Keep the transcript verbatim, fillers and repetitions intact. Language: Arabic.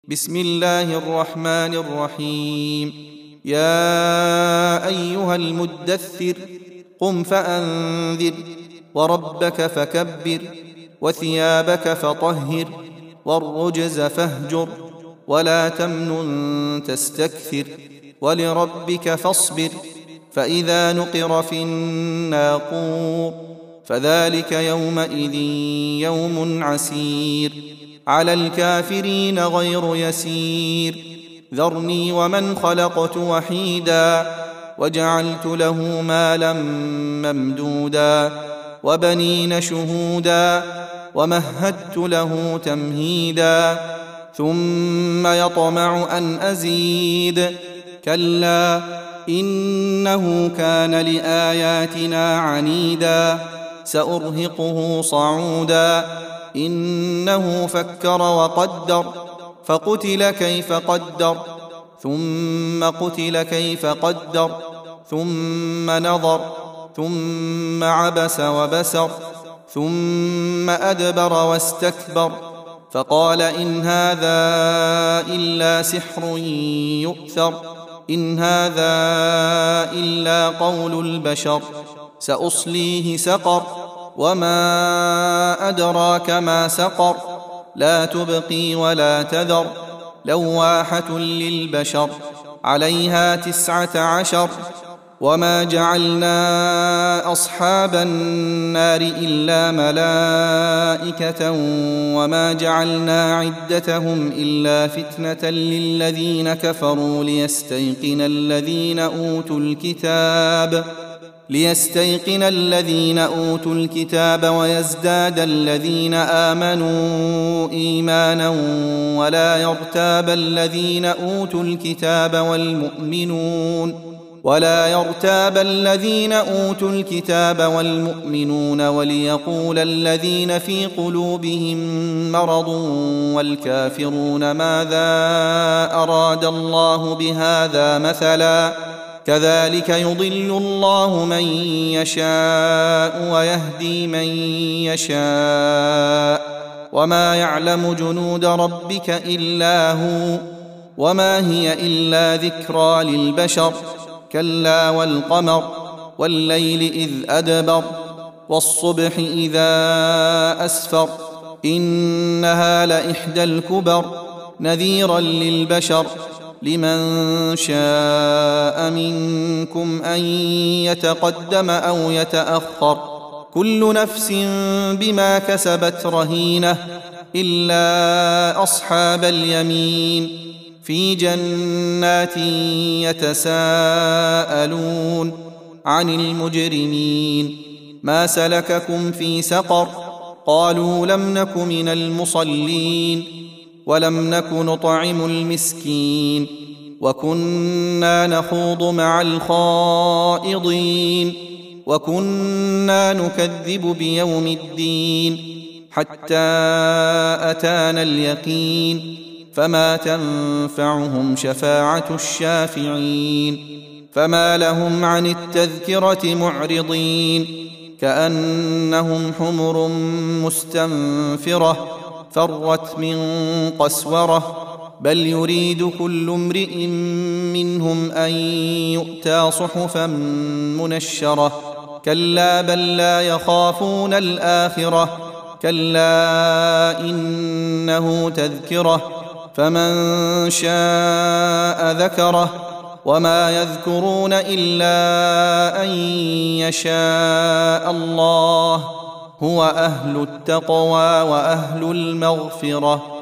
بسم الله الرحمن الرحيم. يا أيها المدثر قم فأنذر وربك فكبر وثيابك فطهر والرجز فاهجر ولا تمنن تستكثر ولربك فاصبر فإذا نقر في الناقور فذلك يومئذ يوم عسير على الكافرين غير يسير. ذرني ومن خلقت وحيدا وجعلت له مالا ممدودا وبنين شهودا ومهدت له تمهيدا ثم يطمع أن أزيد كلا إنه كان لآياتنا عنيدا سأرهقه صعودا إنه فكر وقدر فقتل كيف قدر ثم قتل كيف قدر ثم نظر ثم عبس وبسر ثم أدبر واستكبر فقال إن هذا إلا سحر يؤثر إن هذا إلا قول البشر سأصليه سقر وما أدراك ما سقر لا تبقي ولا تذر لواحة للبشر عليها تسعة عشر وما جعلنا أصحاب النار إلا ملائكة وما جعلنا عدتهم إلا فتنة للذين كفروا ليستيقن الذين أوتوا الكتاب ليستيقن الذين أوتوا الكتاب ويزداد الذين آمنوا إيمانا ولا يرتاب الذين أوتوا الكتاب والمؤمنون ولا يرتاب الذين أوتوا الكتاب والمؤمنون وليقول الذين في قلوبهم مرض والكافرون ماذا أراد الله بهذا مثلا كذلك يضل الله من يشاء ويهدي من يشاء وما يعلم جنود ربك إلا هو وما هي إلا ذكرى للبشر كلا والقمر والليل إذ أدبر والصبح إذا أسفر إنها لإحدى الكبر نذيرا للبشر لمن شاء منكم أن يتقدم أو يتأخر كل نفس بما كسبت رهينة إلا أصحاب اليمين في جنات يتساءلون عن المجرمين ما سلككم في سقر قالوا لم نك من المصلين ولم نك نطعم المسكين وكنا نخوض مع الخائضين وكنا نكذب بيوم الدين حتى أتانا اليقين فما تنفعهم شفاعة الشافعين فما لهم عن التذكرة معرضين كأنهم حمر مستنفرة فرت من قسورة بل يريد كل امرئ منهم أن يؤتى صحفا منشرة كلا بل لا يخافون الآخرة كلا إنه تذكرة فمن شاء ذكره وما يذكرون إلا أن يشاء الله هو أهل التقوى وأهل المغفرة